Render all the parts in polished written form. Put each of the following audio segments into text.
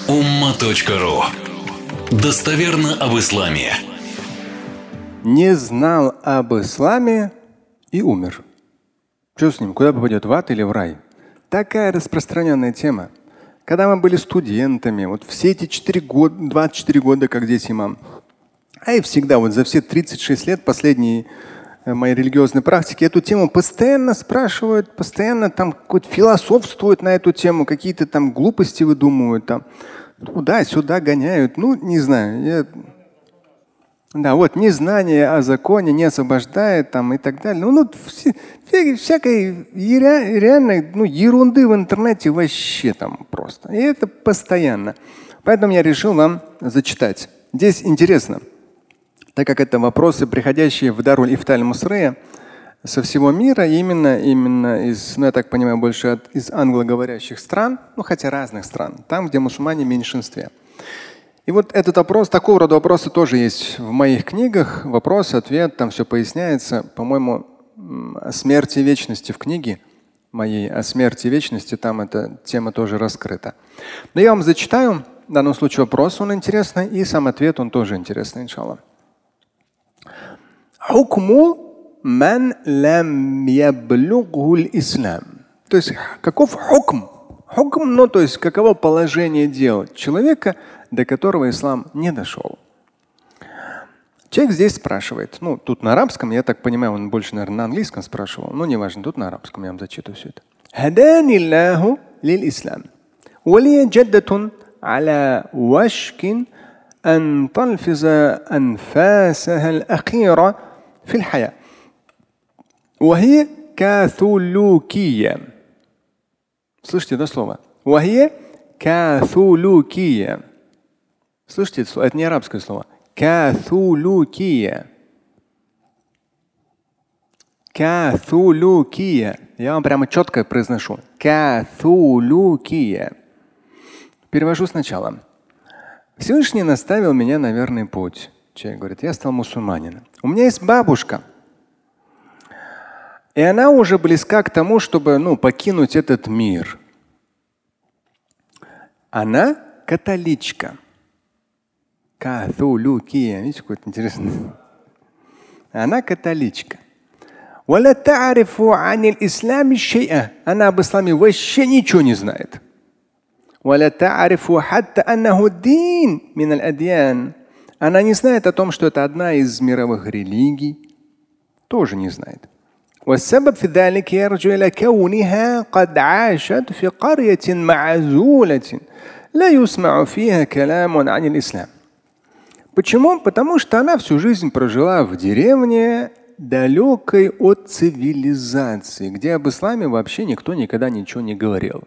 umma.ru. Достоверно об исламе. Не знал об исламе и умер. Что с ним? Куда попадет? В ад или в рай? Такая распространенная тема. Когда мы были студентами, вот все эти 24 года, как здесь имам, а и всегда, вот за все 36 лет последней моей религиозной практики, эту тему постоянно спрашивают, постоянно там какой-то философствуют на эту тему, какие-то там глупости выдумывают, там туда-сюда гоняют. Ну, не знаю. Да, вот незнание о законе не освобождает там и так далее. Всякой реальной ерунды в интернете вообще там просто. И это постоянно. Поэтому я решил вам зачитать. Здесь интересно, так как это вопросы, приходящие в Даруль Ифта аль-Мусрия со всего мира, именно из, я так понимаю, больше из англоговорящих стран, хотя разных стран, там, где мусульмане в меньшинстве. И вот этот вопрос, такого рода вопросы тоже есть в моих книгах. Вопрос, ответ, там все поясняется. По-моему, о смерти и вечности в книге моей, о смерти и вечности, там эта тема тоже раскрыта. Но я вам зачитаю, в данном случае вопрос, он интересный, и сам ответ, он тоже интересный, иншаллах. Хукму ман лам яблугху ислам. То есть каков хукм? Хукм, то есть каково положение дел человека, до которого ислам не дошел. Человек здесь спрашивает, тут на арабском, я так понимаю, он больше, наверное, на английском спрашивал, но неважно, тут на арабском, я вам зачитываю все это. هداني الله للإسلام ولي جدة على وشك أن تلفظ أنفاسها الأخيرة في الحياة وهي كاثولوكية. Слышите это слово? وهي كاثولوكية. Слышите это слово? Это не арабское слово. Каthулукия. Каthулукия. Я вам прямо четко произношу. Каthулукия. Перевожу сначала. Всевышний наставил меня на верный путь. Человек говорит, я стал мусульманином. У меня есть бабушка. И она уже близка к тому, чтобы покинуть этот мир. Она католичка. Каthулукия. Видите, какой-то интересный. Она католичка. Она об исламе вообще ничего не знает. Она не знает о том, что это одна из мировых религий. Тоже не знает. والسبب في ذلك يرجع إلى كونها قد عاشت في قرية معزولة لا يسمع فيها كلام عن الإسلام. Почему? Потому что она всю жизнь прожила в деревне, далекой от цивилизации, где об исламе вообще никто никогда ничего не говорил.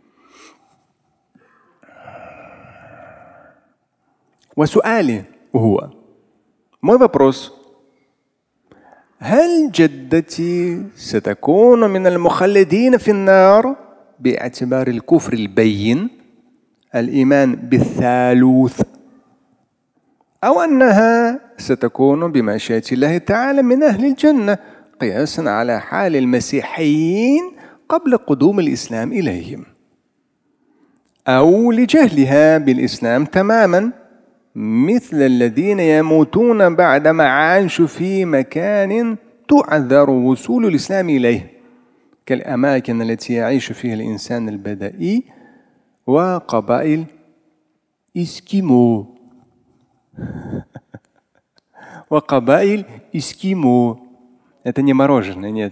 Мой вопрос. هل جدتي ستكون من المخلدين في النار باعتبار الكفر البين الإيمان بالثالوث أو أنها ستكون بمشيئة الله تعالى من أهل الجنة قياسا على حال المسيحيين قبل قدوم الإسلام إليهم أو لجهلها بالإسلام تماما مثل الذين يموتون بعدما عاشوا في مكان تعذر وصول الإسلام إليه كالأماكن التي يعيش فيها الإنسان البدائي وقبائل إسكيمو وقبائل إسكيمو. Это не мороженое, нет.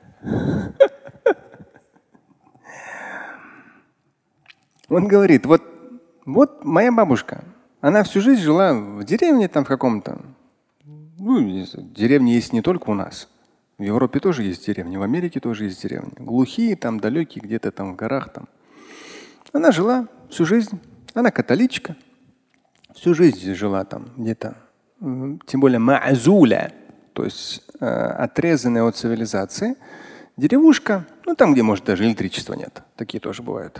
Он говорит, вот моя бабушка. Она всю жизнь жила в деревне там в каком-то. Деревни есть не только у нас. В Европе тоже есть деревни, в Америке тоже есть деревни. Глухие, там далекие, где-то там в горах. Там. Она жила всю жизнь. Она католичка. Всю жизнь жила там где-то. Тем более ма'зуля, то есть отрезанная от цивилизации. Деревушка, там, где, может, даже электричества нет. Такие тоже бывают.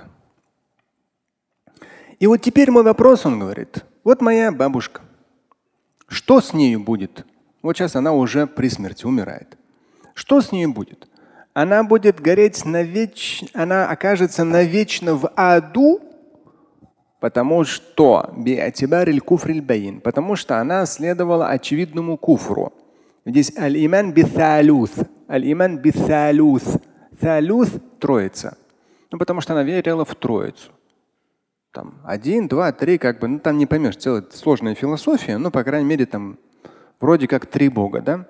И вот теперь мой вопрос, он говорит. Вот моя бабушка. Что с нею будет? Вот сейчас она уже при смерти умирает. Что с нею будет? Она будет гореть навечно, она окажется навечно в аду, Потому что она следовала очевидному куфру. Здесь аль-иман бithалюс. Аль-иман бithалюс. Талюс – троица. Ну, потому что она верила в троицу. Там 1, 2, 3, как бы, ну там не поймешь, целая сложная философия, но, по крайней мере, там вроде как 3 Бога, да?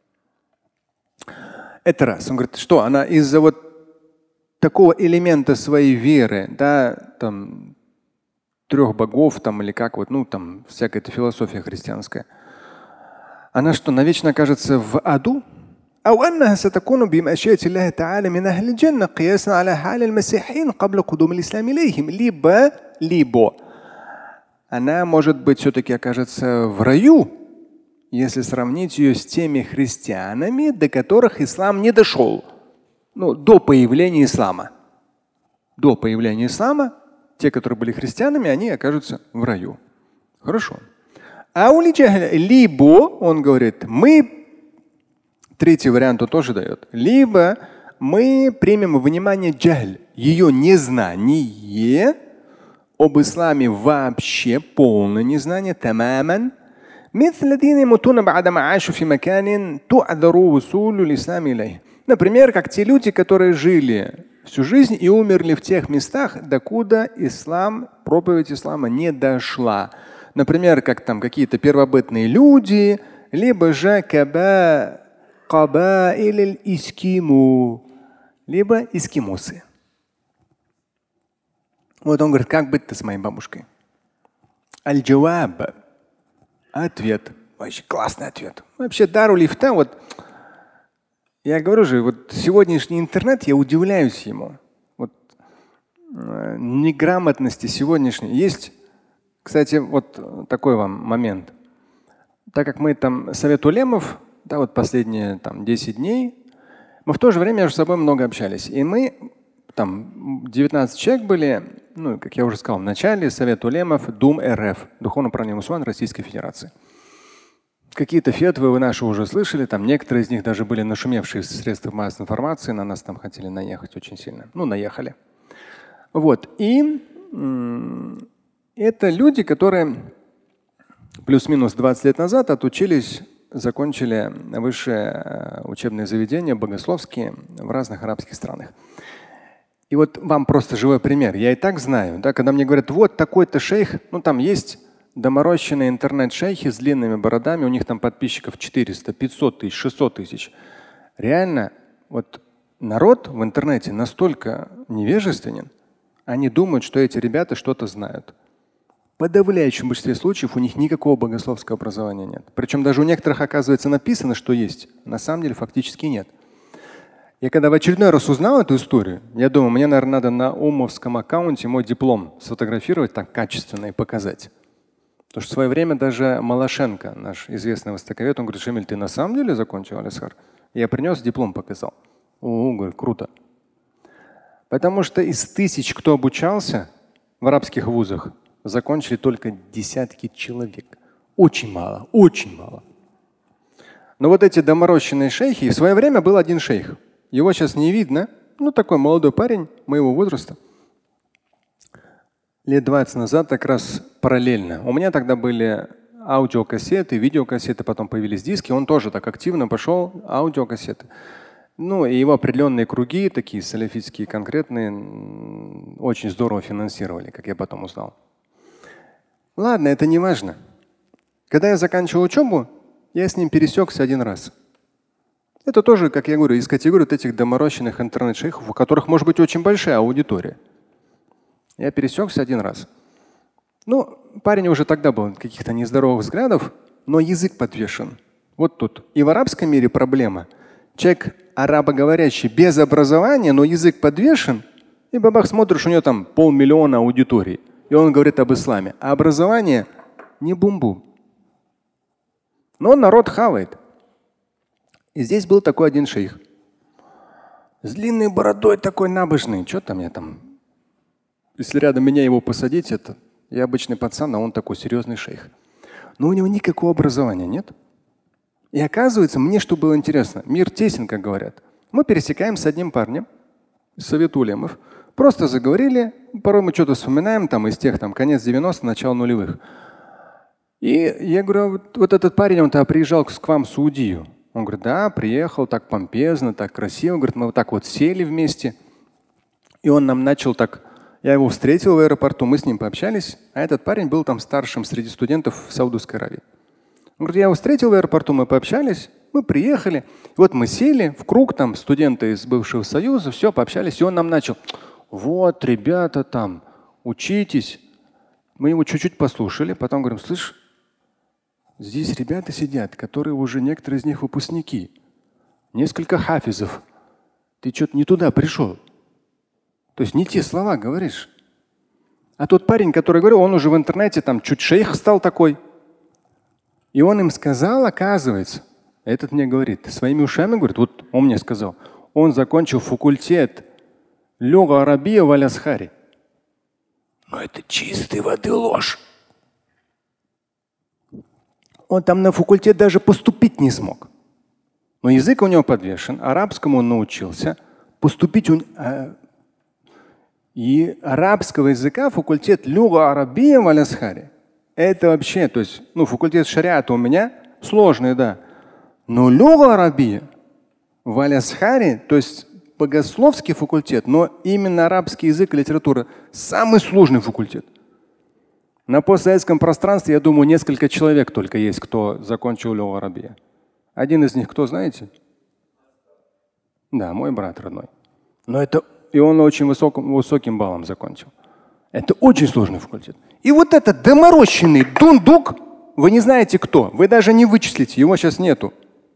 Это раз. Он говорит, что она из-за вот такого элемента своей веры, да, там 3 богов, там или как вот, ну там всякая эта философия христианская, она что, навечно окажется в аду? أو أنها ستكون بمشيئة الله تعالى من أهل الجنة قياسا على حال المسيحيين قبل قدوم الإسلام إليهم. Либо она, может быть, все-таки окажется в раю, если сравнить ее с теми христианами, до которых ислам не дошел. Ну, до появления ислама. До появления ислама те, которые были христианами, они окажутся в раю. Хорошо. Либо, он говорит, третий вариант он тоже дает. Либо мы примем во внимание джахль, ее незнание об исламе вообще, полное незнание, тамаман. Например, как те люди, которые жили всю жизнь и умерли в тех местах, докуда проповедь ислама не дошла. Например, как там какие-то первобытные люди, либо же либо эскимосы. Вот он говорит, как быть-то с моей бабушкой? Аль-джаваб. Ответ. Вообще классный ответ. Вообще дару лифта, вот я говорю же, вот сегодняшний интернет, я удивляюсь ему. Вот неграмотности сегодняшней. Есть, кстати, вот такой вам момент. Так как мы там совет улемов, да, вот последние там 10 дней, мы в то же время между собой много общались. И мы там 19 человек были, ну, как я уже сказал, в начале совет улемов ДУМ РФ, Духовное управление мусульман Российской Федерации. Какие-то фетвы вы наши уже слышали, там некоторые из них даже были нашумевшие в средствах массовой информации, на нас там хотели наехать очень сильно. Ну, наехали. Вот. И это люди, которые плюс-минус 20 лет назад отучились, закончили высшее учебное заведение, богословские, в разных арабских странах. И вот вам просто живой пример. Я и так знаю, да, когда мне говорят, вот такой-то шейх, ну там есть доморощенные интернет-шейхи с длинными бородами, у них там подписчиков 400, 500 тысяч, 600 тысяч. Реально, вот народ в интернете настолько невежественен, они думают, что эти ребята что-то знают. В подавляющем большинстве случаев у них никакого богословского образования нет. Причем даже у некоторых, оказывается, написано, что есть. На самом деле фактически нет. Я когда в очередной раз узнал эту историю, я думаю, мне, наверное, надо на умовском аккаунте мой диплом сфотографировать так качественно и показать. Потому что в свое время даже Малашенко, наш известный востоковед, он говорит, Шамиль, ты на самом деле закончил Аль-Азхар? Я принес диплом, показал. О, говорит, круто. Потому что из тысяч, кто обучался в арабских вузах, закончили только десятки человек. Очень мало, очень мало. Но вот эти доморощенные шейхи, в свое время был один шейх. Его сейчас не видно. Ну, такой молодой парень моего возраста. Лет 20 назад как раз параллельно. У меня тогда были аудиокассеты, видеокассеты, потом появились диски. Он тоже так активно пошел, аудиокассеты. Ну, и его определенные круги, такие салафитские конкретные, очень здорово финансировали, как я потом узнал. Ладно, это не важно. Когда я заканчивал учебу, я с ним пересекся один раз. Это тоже, как я говорю, из категории вот этих доморощенных интернет-шейхов, у которых может быть очень большая аудитория. Я пересекся один раз. Ну, парень уже тогда был каких-то нездоровых взглядов, но язык подвешен. Вот тут. И в арабском мире проблема. Человек арабоговорящий без образования, но язык подвешен, и бабах смотришь, у него там 500 000 аудитории. И он говорит об исламе. А образование не бум-бум. Но народ хавает. И здесь был такой один шейх. С длинной бородой такой набожный. Что там я там? Если рядом меня его посадить, это я обычный пацан, а он такой серьезный шейх. Но у него никакого образования нет. И оказывается, мне что было интересно, мир тесен, как говорят. Мы пересекаем с одним парнем из совета улемов. Просто заговорили, порой мы что-то вспоминаем там из тех там конец 90-х, начало нулевых. И я говорю, вот этот парень, он-то приезжал к вам в Саудию. Он говорит, да, приехал так помпезно, так красиво. Говорит, мы вот так вот сели вместе. И он нам начал так, я его встретил в аэропорту, мы с ним пообщались, а этот парень был там старшим среди студентов в Саудовской Аравии. Он говорит, я его встретил в аэропорту, мы пообщались, мы приехали. Вот мы сели в круг, там студенты из бывшего Союза, все, пообщались, и он нам начал, вот, ребята, там, учитесь. Мы его чуть-чуть послушали, потом говорим, слышь, здесь ребята сидят, которые уже некоторые из них выпускники. Несколько хафизов. Ты что-то не туда пришел. То есть не те слова говоришь. А тот парень, который говорил, он уже в интернете там чуть шейх стал такой. И он им сказал, оказывается, этот мне говорит, своими ушами говорит, вот он мне сказал, он закончил факультет люга арабия в Аль-Азхаре. Но это чистой воды ложь. Он там на факультет даже поступить не смог. Но язык у него подвешен, арабскому он научился, поступить он… И арабского языка факультет люга арабия в Аль-Азхаре. Это вообще, то есть, факультет шариата у меня сложный, да. Но люга арабия в Аль-Азхаре, то есть богословский факультет, но именно арабский язык и литература самый сложный факультет. На постсоветском пространстве, я думаю, несколько человек только есть, кто закончил люга арабия. Один из них, кто знаете? Да, мой брат родной. Но это и он очень высоким баллом закончил. Это очень сложный факультет. И вот этот доморощенный дундук, вы не знаете кто, вы даже не вычислите, его сейчас нету.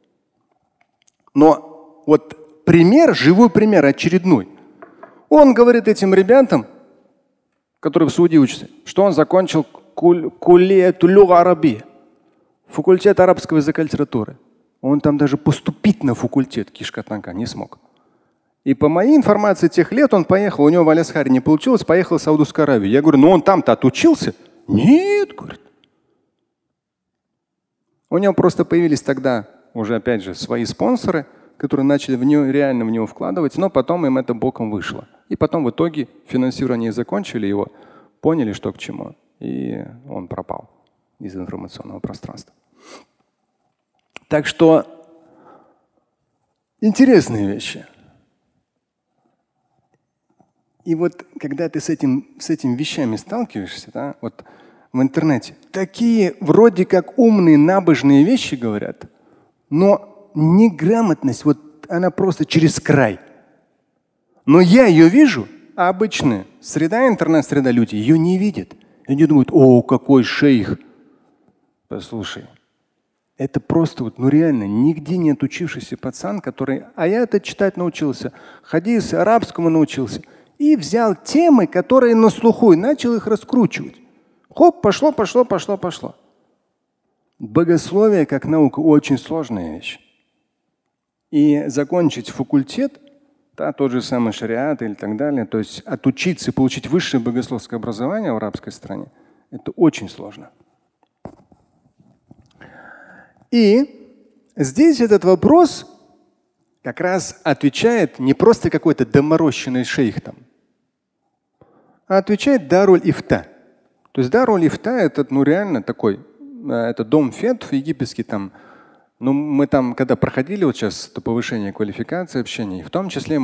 Но вот пример, живой пример, очередной. Он говорит этим ребятам, которые в Саудии учатся, что он закончил куллияту люга арабия, факультет арабского языка и литературы. Он там даже поступить на факультет кишка тонка не смог. И по моей информации тех лет он поехал, у него в Аль-Азхаре не получилось, поехал в Саудовскую Аравию. Я говорю, он там-то отучился? Нет, говорит. У него просто появились тогда уже опять же свои спонсоры, которые начали реально в него вкладывать, но потом им это боком вышло. И потом в итоге финансирование закончили его, поняли, что к чему, и он пропал из информационного пространства. Так что интересные вещи. И вот когда ты с этими вещами сталкиваешься, да, вот в интернете, такие вроде как умные, набожные вещи говорят, но неграмотность, вот она просто через край. Но я ее вижу, а обычная среда, интернет-среда, люди ее не видят. Они думают, о, какой шейх. Послушай, это просто реально нигде не отучившийся пацан, который, а я это читать научился, хадис арабскому научился. И взял темы, которые на слуху, и начал их раскручивать. Хоп, пошло. Богословие как наука очень сложная вещь. И закончить факультет, да, тот же самый шариат или так далее, то есть отучиться и получить высшее богословское образование в арабской стране, это очень сложно. И здесь этот вопрос как раз отвечает не просто какой-то доморощенный шейх там, а отвечает Даруль Ифта. То есть Даруль Ифта это реально такой, это дом фетв египетский там. Мы там, когда проходили вот сейчас это повышение квалификации общения, в том числе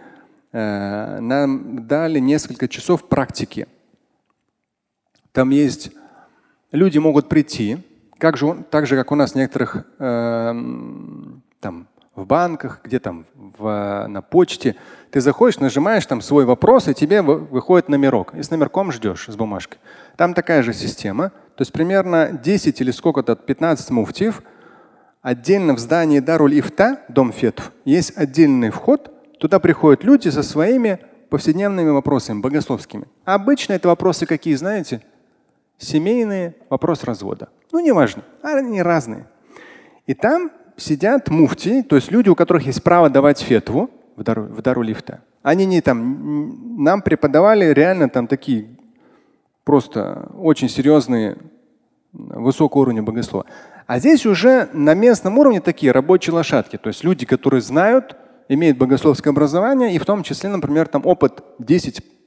нам дали несколько часов практики. Там есть, люди могут прийти, так же, как у нас в некоторых там в банках, где там на почте, ты заходишь, нажимаешь там свой вопрос, и тебе выходит номерок. И с номерком ждешь, с бумажкой. Там такая же система. То есть примерно 10 или сколько-то, 15 муфтиев. Отдельно в здании Даруль Ифта, дом фетв, есть отдельный вход. Туда приходят люди со своими повседневными вопросами, богословскими. Обычно это вопросы какие, знаете? Семейные, вопрос развода. Неважно, они разные. И там сидят муфти, то есть люди, у которых есть право давать фетву в Даруль Ифта. Они нам преподавали реально там такие просто очень серьезные, высокого уровня богослова. А здесь уже на местном уровне такие рабочие лошадки, то есть люди, которые знают, имеют богословское образование и в том числе, например, там опыт 10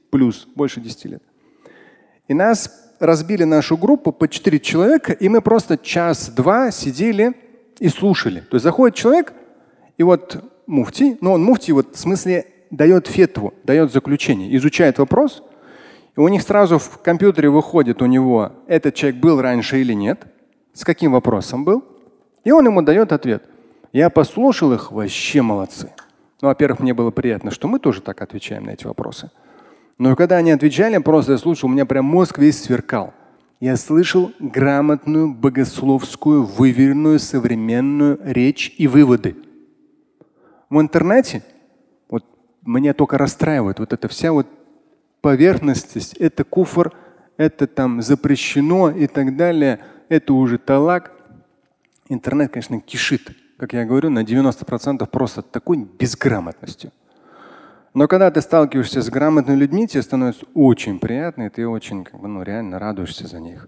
плюс, больше 10 лет. И нас разбили нашу группу по 4 человека, и мы просто час-два сидели и слушали. То есть заходит человек, и вот муфти, но он муфти вот в смысле дает фетву, дает заключение, изучает вопрос, и у них сразу в компьютере выходит у него, этот человек был раньше или нет, с каким вопросом был, и он ему дает ответ. Я послушал их, вообще молодцы. Ну, во-первых, мне было приятно, что мы тоже так отвечаем на эти вопросы. Но когда они отвечали, просто я слушал, у меня прям мозг весь сверкал. Я слышал грамотную, богословскую, выверенную, современную речь и выводы. В интернете вот меня только расстраивает вот эта вся вот поверхностность. Это куфр, это там запрещено и так далее. Это уже талак. Интернет, конечно, кишит, как я говорю, на 90% просто такой безграмотностью. Но когда ты сталкиваешься с грамотными людьми, тебе становится очень приятно, и ты очень реально радуешься за них.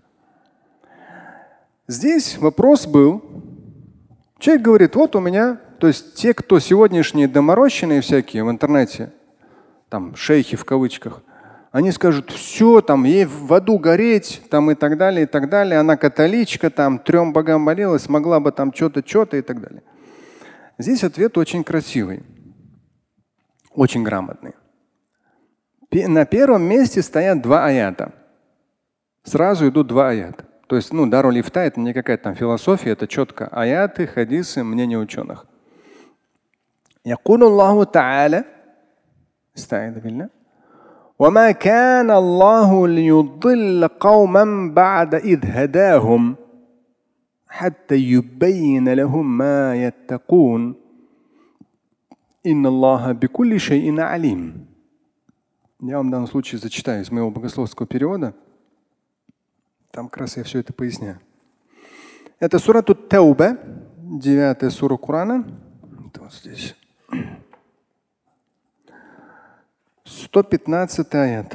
Здесь вопрос был. Человек говорит, вот у меня, то есть те, кто сегодняшние доморощенные всякие в интернете, там шейхи в кавычках, они скажут, все, там ей в аду гореть, там и так далее, и так далее. Она католичка, там 3 богам молилась, могла бы там что-то и так далее. Здесь ответ очень красивый. Очень грамотный. На первом месте стоят 2 аята. Сразу идут 2 аята. То есть, дару лифта это не какая-то там философия, это четко аяты, хадисы, мнения ученых. Якулу Аллаху Та'аля, استعيذ بالله وما كان الله ليضل قوما بعد إذ هداهم حتى يبين لهم ما يتقون Инна Аллаха бикулли шайин алим. Я вам в данном случае зачитаю из моего богословского перевода. Там как раз я все это поясняю. Это сура Тауба, 9-я сура Корана. Вот здесь. 115 аят.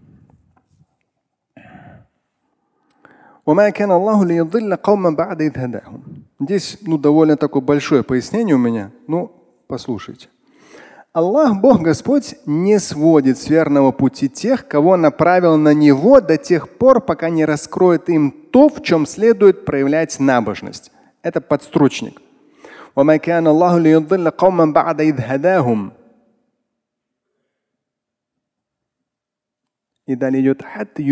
Здесь довольно такое большое пояснение у меня. Послушайте. Аллах, Бог Господь, не сводит с верного пути тех, кого направил на Него до тех пор, пока не раскроет им то, в чем следует проявлять набожность. Это подстрочник. И далее идет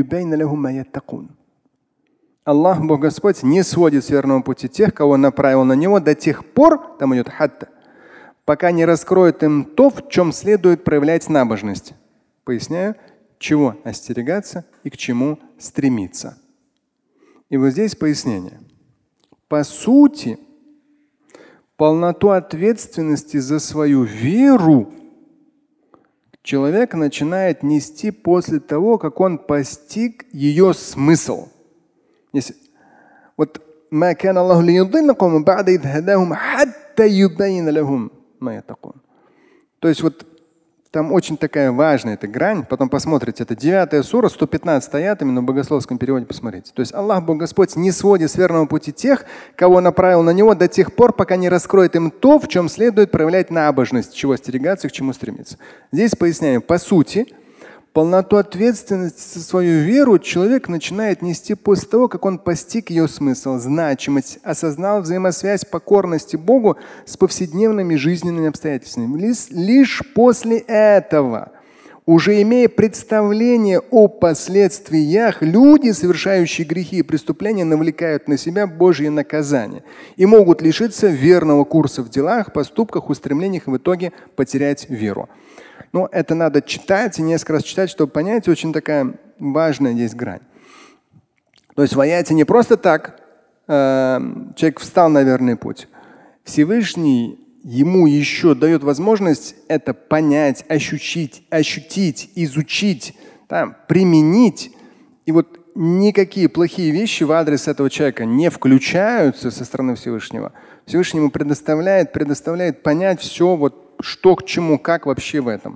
Аллах, Бог Господь, не сводит с верного пути тех, кого направил на Него до тех пор, там идет хатта, пока не раскроет им то, в чем следует проявлять набожность. Поясняю, чего остерегаться и к чему стремиться. И вот здесь пояснение. По сути, полноту ответственности за свою веру человек начинает нести после того, как он постиг ее смысл. Вот то есть вот там очень такая важная эта грань. Потом посмотрите, это 9-я сура, 115 аят, именно в богословском переводе посмотрите. То есть Аллах, Бог Господь, не сводит с верного пути тех, кого направил на Него до тех пор, пока не раскроет им то, в чем следует проявлять набожность, чего остерегаться и к чему стремиться. Здесь поясняю, по сути, полноту ответственности за свою веру человек начинает нести после того, как он постиг ее смысл, значимость, осознал взаимосвязь покорности Богу с повседневными жизненными обстоятельствами. Лишь после этого, уже имея представление о последствиях, люди, совершающие грехи и преступления, навлекают на себя Божье наказание и могут лишиться верного курса в делах, поступках, устремлениях и в итоге потерять веру. Но это надо читать и несколько раз читать, чтобы понять, очень такая важная здесь грань. То есть в аяте не просто так человек встал на верный путь. Всевышний ему еще дает возможность это понять, ощутить, изучить, применить. И вот никакие плохие вещи в адрес этого человека не включаются со стороны Всевышнего. Всевышний ему предоставляет понять все, вот что к чему, как вообще в этом.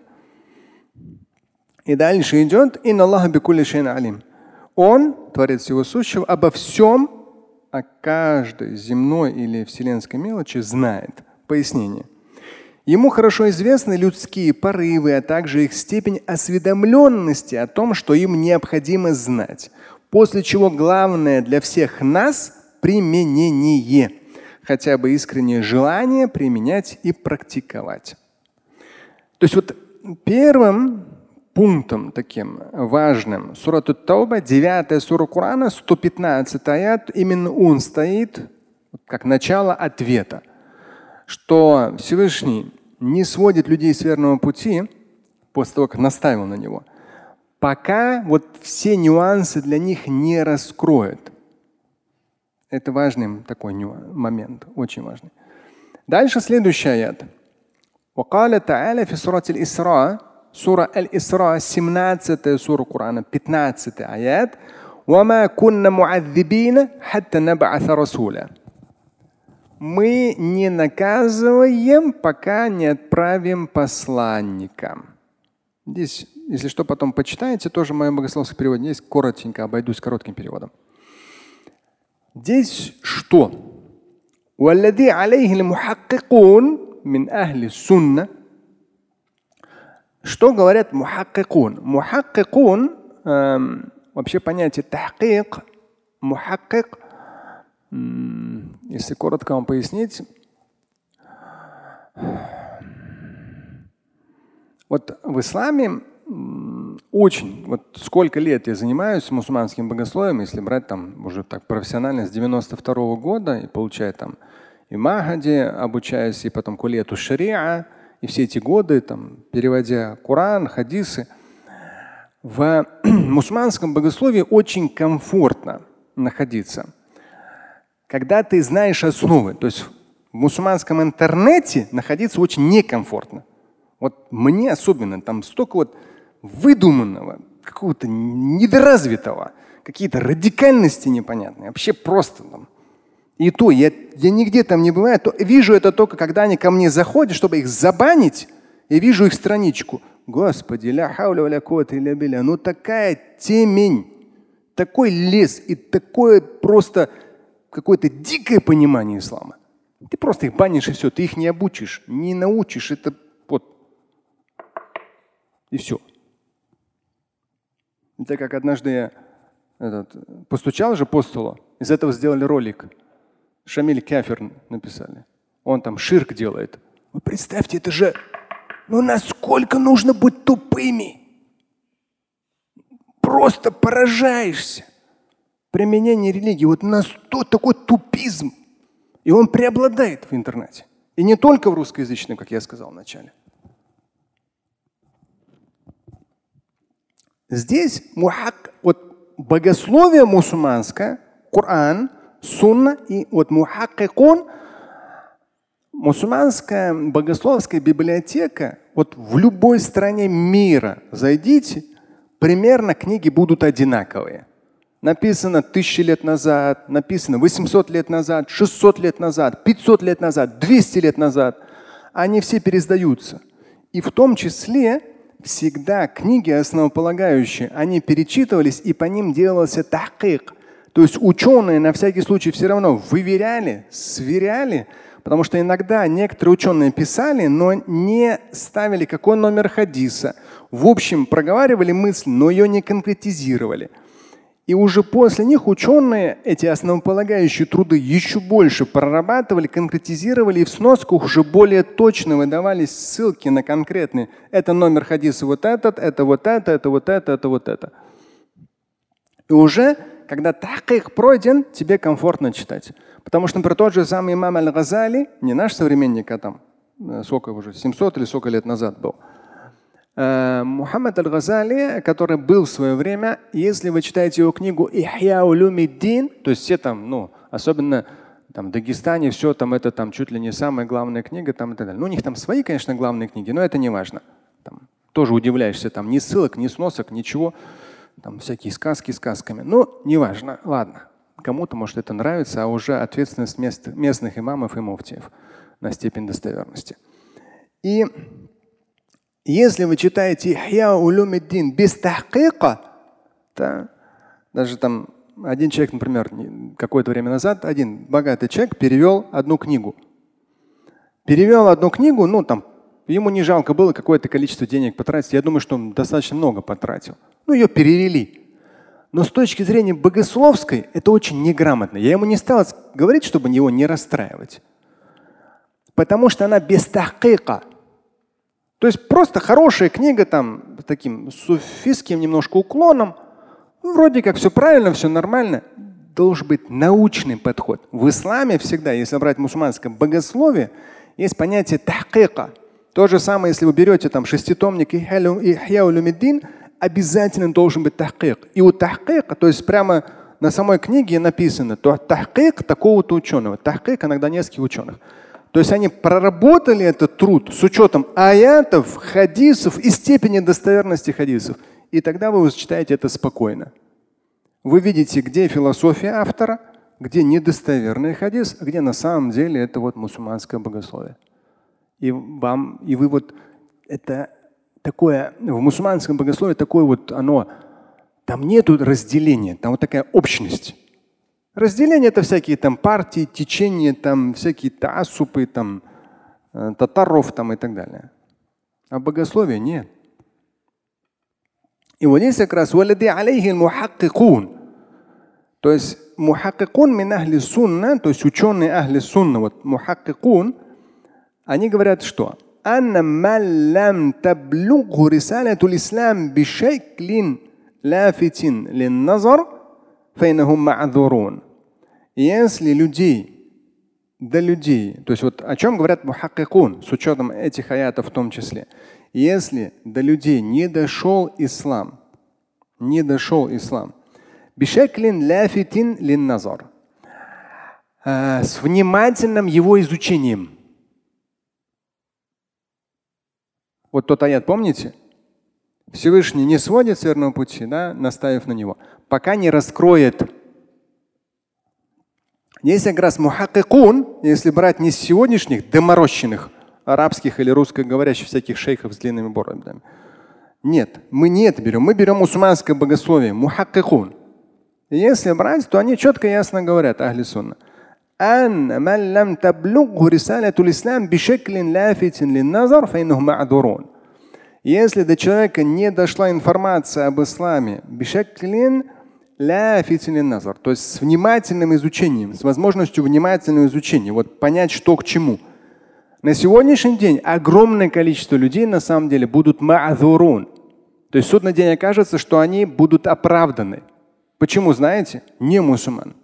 И дальше идет «Инна Аллаха бикулли шайин алим». Он, Творец всего сущего, обо всем, о каждой земной или вселенской мелочи знает. Пояснение. Ему хорошо известны людские порывы, а также их степень осведомленности о том, что им необходимо знать. После чего главное для всех нас – применение, хотя бы искреннее желание применять и практиковать. То есть вот первым пунктом таким важным Сурат ат-Тауба, 9 сура Корана, 115 аят, именно он стоит как начало ответа, что Всевышний не сводит людей с верного пути после того, как наставил на него, пока вот все нюансы для них не раскроет. Это важный такой момент, очень важный. Дальше следующий аят. وقال تعالى في سورة الإسراء سورة الإسراء 17 сура Корана 15 аят وما كنا معذبين حتى نبعث رسولا. Мы не наказываем, пока не отправим посланника. Здесь, если что, потом почитаете, тоже в моем богословском переводе есть, коротенько обойдусь коротким переводом. Здесь что? والذي عليه المحققون من أهل السنة. Что говорят мухаккикун? Мухаккикун, вообще понятие тахкик, мухаккик, если коротко вам пояснить, вот в исламе очень, вот сколько лет я занимаюсь мусульманским богословием, если брать там уже так профессионально с 92 года и получая там и Махади, обучаясь, и потом кулияту шариа, и все эти годы там, переводя Коран, хадисы, в мусульманском богословии очень комфортно находиться, когда ты знаешь основы. То есть в мусульманском интернете находиться очень некомфортно. Вот мне особенно там столько вот выдуманного, какого-то недоразвитого, какие-то радикальности непонятные, вообще просто там. И то я нигде там не бываю, вижу это только, когда они ко мне заходят, чтобы их забанить, я вижу их страничку. Господи, ля хауля ва ля куввата илля билля. Ну такая темень, такой лес и такое просто какое-то дикое понимание ислама. Ты просто их банишь и все, ты их не обучишь, не научишь, это вот. И все. Это как однажды я постучал же по столу, из этого сделали ролик. Шамиль Кафир написали. Он там ширк делает. Вы представьте, это же, ну насколько нужно быть тупыми. Просто поражаешься. Применение религии, вот такой тупизм. И он преобладает в интернете. И не только в русскоязычном, как я сказал вначале. Здесь вот богословие мусульманское, Коран, Сунна и вот мухаккикун, мусульманская богословская библиотека, вот в любой стране мира зайдите, примерно книги будут одинаковые. Написано 1000 лет назад, написано 800 лет назад, 600 лет назад, 500 лет назад, 200 лет назад. Они все переиздаются. И в том числе всегда книги основополагающие, они перечитывались и по ним делался тахкик. То есть ученые на всякий случай все равно выверяли, сверяли, потому что иногда некоторые ученые писали, но не ставили какой номер хадиса. В общем, проговаривали мысль, но ее не конкретизировали. И уже после них ученые эти основополагающие труды еще больше прорабатывали, конкретизировали, и в сносках уже более точно выдавались ссылки на конкретные. Это номер хадиса вот этот, это вот это вот это вот это. И уже когда тахкик пройден, тебе комфортно читать. Потому что, например, тот же самый имам Аль-Газали, не наш современник, а там сколько уже, 700 или сколько лет назад был. Мухаммад Аль-Газали, который был в свое время, если вы читаете его книгу «Ихья улюмиддин», то есть все там, особенно там, в Дагестане, все там это там чуть ли не самая главная книга там, и так далее. У них там свои, конечно, главные книги, но это не важно. Там тоже удивляешься, там ни ссылок, ни сносок, ничего. Там всякие сказки сказками. Ну, неважно. Ладно. Кому-то, может, это нравится, а уже ответственность местных имамов и муфтиев на степень достоверности. И если вы читаете «Ихья улюмиддин» без тахкика, даже там один человек, например, какое-то время назад, один богатый человек перевел одну книгу. Перевел одну книгу, там Ему не жалко было какое-то количество денег потратить. Я думаю, что он достаточно много потратил. Ее перевели. Но с точки зрения богословской это очень неграмотно. Я ему не стал говорить, чтобы его не расстраивать. Потому что она без тахкика. То есть просто хорошая книга там с таким суфистским немножко уклоном. Вроде как все правильно, все нормально. Должен быть научный подход. В исламе всегда, если брать мусульманское богословие, есть понятие тахкика. То же самое, если вы берете там шеститомник Ихья улумиддин, обязательно должен быть тахкик. И у тахкика, то есть прямо на самой книге написано, то тахкик такого-то ученого, тахкик иногда нескольких ученых. То есть они проработали этот труд с учетом аятов, хадисов и степени достоверности хадисов. И тогда вы читаете это спокойно. Вы видите, где философия автора, где недостоверный хадис, а где на самом деле это вот мусульманское богословие. И вы вот это такое, в мусульманском богословии такое вот оно, там нету разделения, там вот такая общность. Разделение это всякие там партии, течения, там всякие таасупы, там татаров там и так далее. А богословия нет. И вот здесь как раз валяди алейхи мухаккикун. То есть мухаккикун мин ахли сунна, то есть ученые ахли сунна, вот мухаккикун, они говорят, что если до людей, то есть вот о чем говорят мухаккикун, с учетом этих аятов в том числе, если до людей не дошел ислам, с внимательным его изучением. Вот тот аят, помните? Всевышний не сводит с верного пути, да, наставив на него, пока не раскроет. Есть как раз мухаккикун, если брать не с сегодняшних доморощенных арабских или русскоговорящих всяких шейхов с длинными бородами. Нет, мы не это берем. Мы берем мусульманское богословие, мухаккикун. И если брать, то они четко и ясно говорят, ахли сунна. Если до человека не дошла информация об исламе, то есть с внимательным изучением, с возможностью внимательного изучения, вот понять, что к чему. На сегодняшний день огромное количество людей на самом деле будут ма'зурун. То есть в судный день окажется, что они будут оправданы. Почему, знаете? Не мусульман.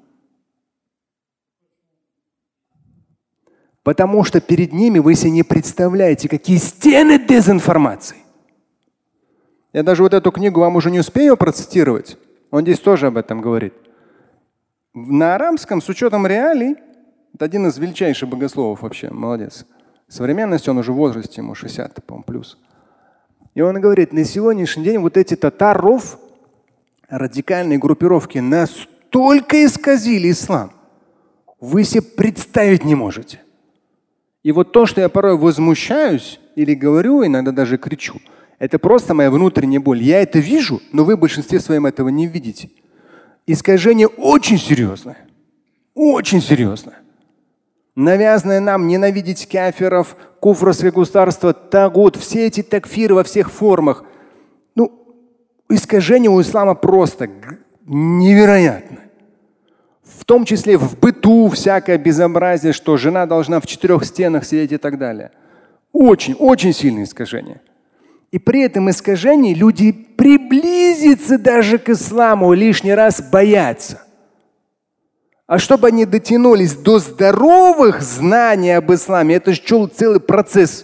Потому что перед ними вы себе не представляете, какие стены дезинформации. Я даже вот эту книгу вам уже не успею процитировать. Он здесь тоже об этом говорит. На арабском, с учетом реалий, это один из величайших богословов вообще, молодец. В современности он уже в возрасте, ему 60, по-моему, плюс. И он говорит, на сегодняшний день вот эти татаров, радикальные группировки, настолько исказили ислам, вы себе представить не можете. И вот то, что я порой возмущаюсь или говорю, иногда даже кричу, это просто моя внутренняя боль. Я это вижу, но вы в большинстве своем этого не видите. Искажение очень серьезное. Очень серьезное. Навязанное нам ненавидеть кафиров, куфрское государство, тагут, все эти такфиры во всех формах. Искажение у ислама просто невероятно. В том числе в быту всякое безобразие, что жена должна в 4 стенах сидеть и так далее. Очень, очень сильное искажение. И при этом искажении люди приблизиться даже к исламу лишний раз боятся. А чтобы они дотянулись до здоровых знаний об исламе, это же целый процесс.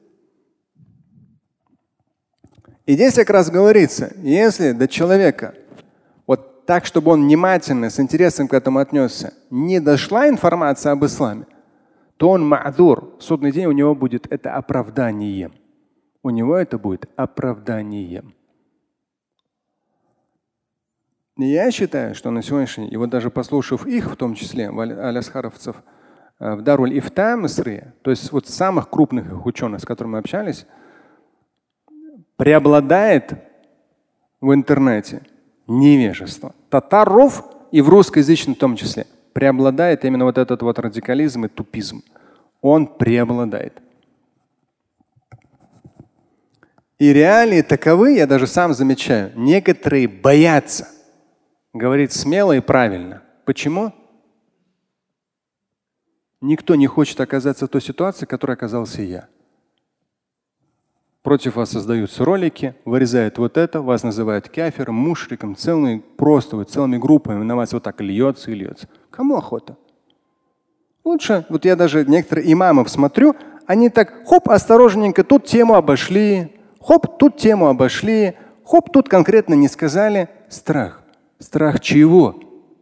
И здесь как раз говорится, если до человека вот так, чтобы он внимательно, с интересом к этому отнесся, не дошла информация об исламе, то он ма'дур. В судный день у него будет это оправданием. У него это будет оправданием. И я считаю, что на сегодняшний день, и вот даже послушав их, в том числе аль-Асхаровцев, в Даруль-Ифта Мисрия, то есть вот самых крупных их ученых, с которыми мы общались, преобладает в интернете невежество. Татаров и в русскоязычном в том числе преобладает именно вот этот вот радикализм и тупизм. Он преобладает. И реалии таковы, я даже сам замечаю, некоторые боятся говорить смело и правильно. Почему? Никто не хочет оказаться в той ситуации, в которой оказался я. Против вас создаются ролики, вырезают вот это, вас называют кафиром, мушриком, целыми группами на вас вот так льется и льется. Кому охота? Лучше, вот я даже некоторые имамов смотрю, они так, хоп, осторожненько, тут тему обошли, хоп, тут тему обошли, хоп, тут конкретно не сказали. Страх. Страх чего?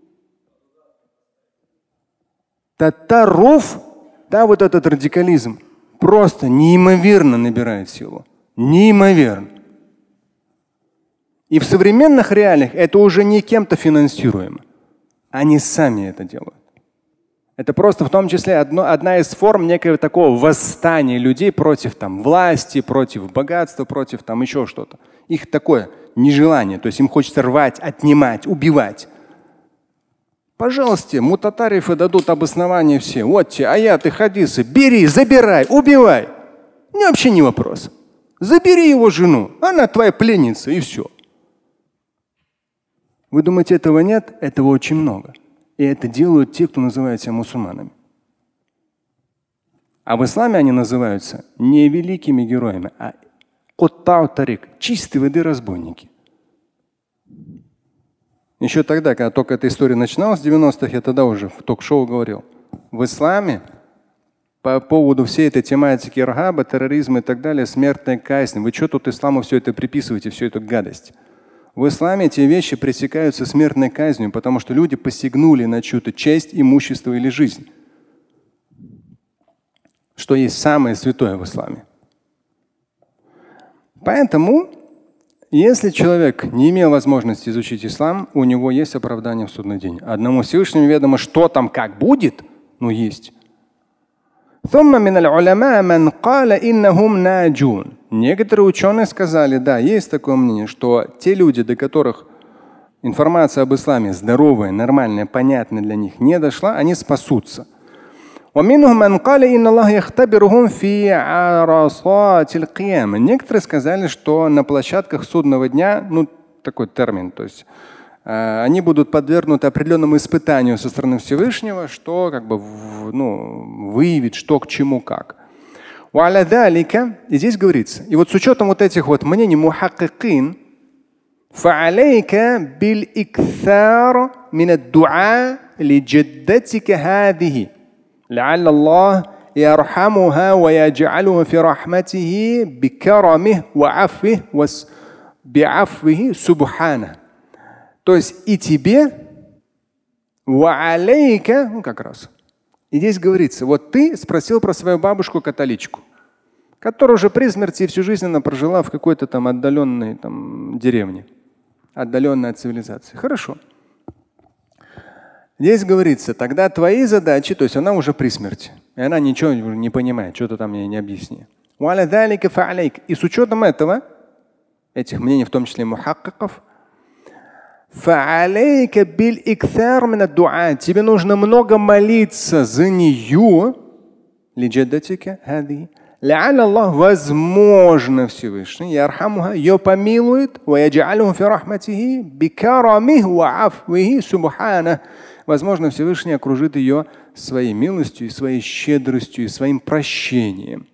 Татаров, да, вот этот радикализм просто неимоверно набирает силу. Неимоверно. И в современных реалиях это уже не кем-то финансируемо. Они сами это делают. Это просто в том числе одна из форм некого такого восстания людей против власти, против богатства, против еще что-то. Их такое нежелание. То есть им хочется рвать, отнимать, убивать. Пожалуйста, мутатарифы дадут обоснование все. Вот те аяты, хадисы. Бери, забирай, убивай. Вообще не вопрос. Забери его жену. Она твоя пленница и все. Вы думаете, этого нет? Этого очень много. И это делают те, кто называют себя мусульманами. А в исламе они называются не великими героями, а куттау тарик, чистой воды разбойники. Еще тогда, когда только эта история начиналась в 90-х, я тогда уже в ток-шоу говорил. В исламе по поводу всей этой тематики иргаба, терроризма и так далее, смертная казнь. Вы что тут исламу все это приписываете, всю эту гадость? В исламе эти вещи пресекаются смертной казнью, потому что люди посягнули на чью-то честь, имущество или жизнь. Что есть самое святое в исламе. Поэтому, если человек не имел возможности изучить ислам, у него есть оправдание в судный день. Одному Всевышнему ведомо, что там как будет, но есть. Некоторые ученые сказали, да, есть такое мнение, что те люди, до которых информация об исламе здоровая, нормальная, понятная для них не дошла, они спасутся. Некоторые сказали, что на площадках судного дня, такой термин, то есть они будут подвергнуты определенному испытанию со стороны Всевышнего, что выявит, что к чему как. И здесь говорится, и вот с учетом вот этих вот мнений мухаккикин, فعليك بالإكثار من الدعاء لجدتك هذه لعل الله يرحمها ويجعلها في رحمته بكرمه وعفوه بعفوه سبحانه. То есть и тебе, как раз. И здесь говорится, вот ты спросил про свою бабушку-католичку, которая уже при смерти всю жизнь она прожила в какой-то отдаленной деревне, отдаленной от цивилизации. Хорошо. Здесь говорится, тогда твои задачи, то есть она уже при смерти, и она ничего не понимает, что-то там мне не объясни. И с учетом этого, этих мнений, в том числе мухаккиков, тебе нужно много молиться за нее. Возможно, Всевышний ее помилует. Возможно, Всевышний окружит ее своей милостью, своей щедростью и своим прощением.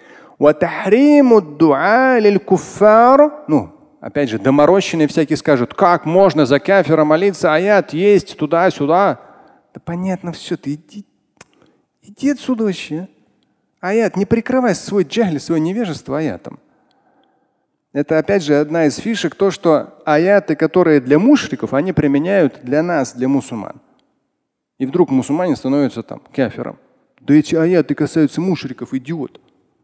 Опять же, доморощенные всякие скажут, как можно за кафира молиться, аят есть туда-сюда. Да понятно все, ты иди отсюда вообще. Аят, не прикрывай свой джахль, свое невежество аятом. Это опять же одна из фишек, то, что аяты, которые для мушриков, они применяют для нас, для мусульман. И вдруг мусульманин становится кафиром. Да эти аяты касаются мушриков, идиот.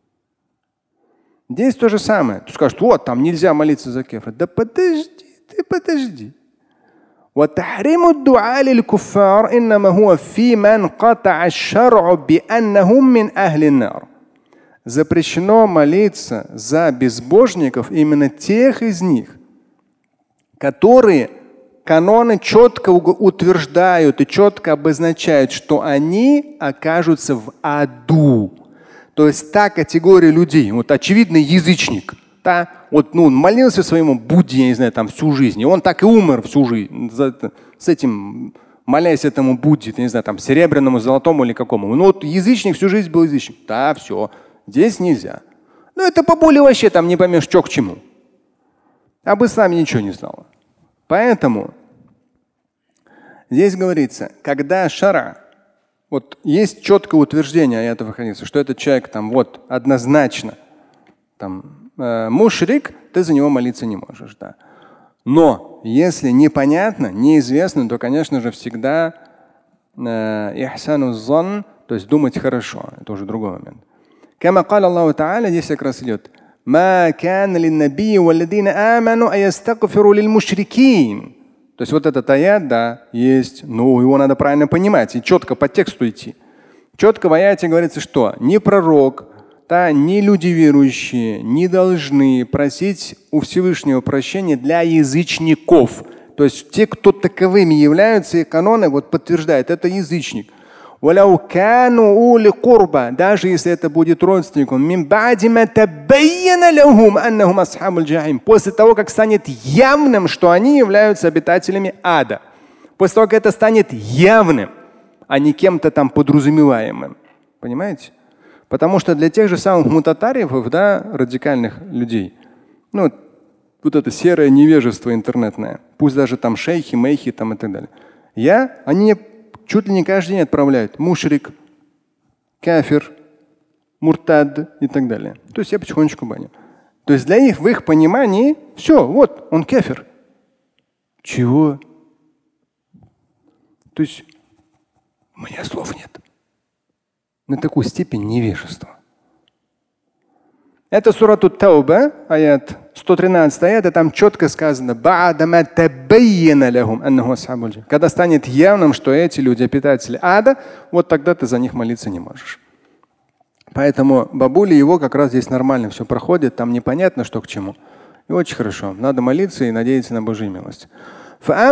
Здесь то же самое. Ты скажешь, вот там нельзя молиться за кафира. Да подожди. وتحريم الدعاء للكفار إنما هو في من قطع الشرع بأنهم من أهل النار. Запрещено молиться за безбожников именно тех из них, которые каноны четко утверждают и четко обозначают, что они окажутся в аду. То есть та категория людей, вот очевидный язычник, Да? Вот, молился своему Будде, я не знаю, там всю жизнь. И он так и умер всю жизнь. С этим, молясь этому Будде, не знаю, там, серебряному, золотому или какому. Вот язычник всю жизнь был язычник. Да, все. Здесь нельзя. Это бабуля вообще там не поймешь, что к чему. Об исламе ничего не знала. Поэтому здесь говорится, когда шара, вот есть четкое утверждение аятов и хадисов, что этот человек там вот однозначно там мушрик, ты за него молиться не можешь. Да. Но если непонятно, неизвестно, то, конечно же, всегда ихсану зон, то есть думать хорошо. Это уже другой момент. Кама каля Аллаху Та'аля, здесь как раз идет. Ма кан линнабии валладина аману аястагфиру лиль-мушрикин. То есть вот этот аят, да, есть, но его надо правильно понимать и четко по тексту идти. Четко в аяте говорится, что ни пророк, да, ни люди верующие не должны просить у Всевышнего прощения для язычников. То есть те, кто таковыми являются, и каноны вот подтверждают, это язычник. Даже если это будет родственником, после того, как станет явным, что они являются обитателями ада. После того, как это станет явным, а не кем-то там подразумеваемым. Понимаете? Потому что для тех же самых мутатарифов, да, радикальных людей, вот это серое невежество интернетное, пусть даже там шейхи, мейхи там и так далее. Они чуть ли не каждый день отправляют мушрик, кафир, муртад и так далее. То есть я потихонечку баню. То есть для них, в их понимании, все, вот, он кафир. Чего? То есть у меня слов нет. На такую степень невежества. Это сура Тауба, аят 113 аят, там четко сказано, когда станет явным, что эти люди обитатели ада, вот тогда ты за них молиться не можешь. Поэтому бабули его как раз здесь нормально все проходит, там непонятно, что к чему. И очень хорошо. Надо молиться и надеяться на Божью милость. А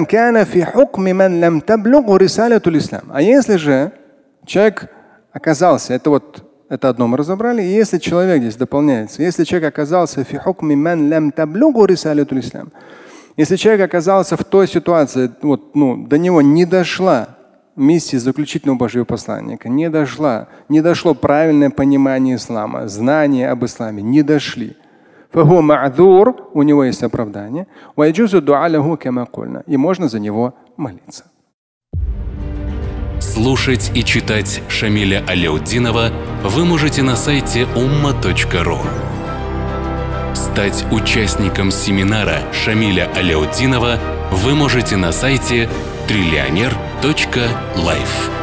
если же человек оказался, это одно мы разобрали, и если человек здесь дополняется, если человек оказался если человек оказался в той ситуации, до него не дошла миссия заключительного Божьего посланника, не дошло правильное понимание ислама, знания об исламе, не дошли. У него есть оправдание, и можно за него молиться. Слушать и читать Шамиля Аляутдинова вы можете на сайте umma.ru. Стать участником семинара Шамиля Аляутдинова вы можете на сайте trillioner.life.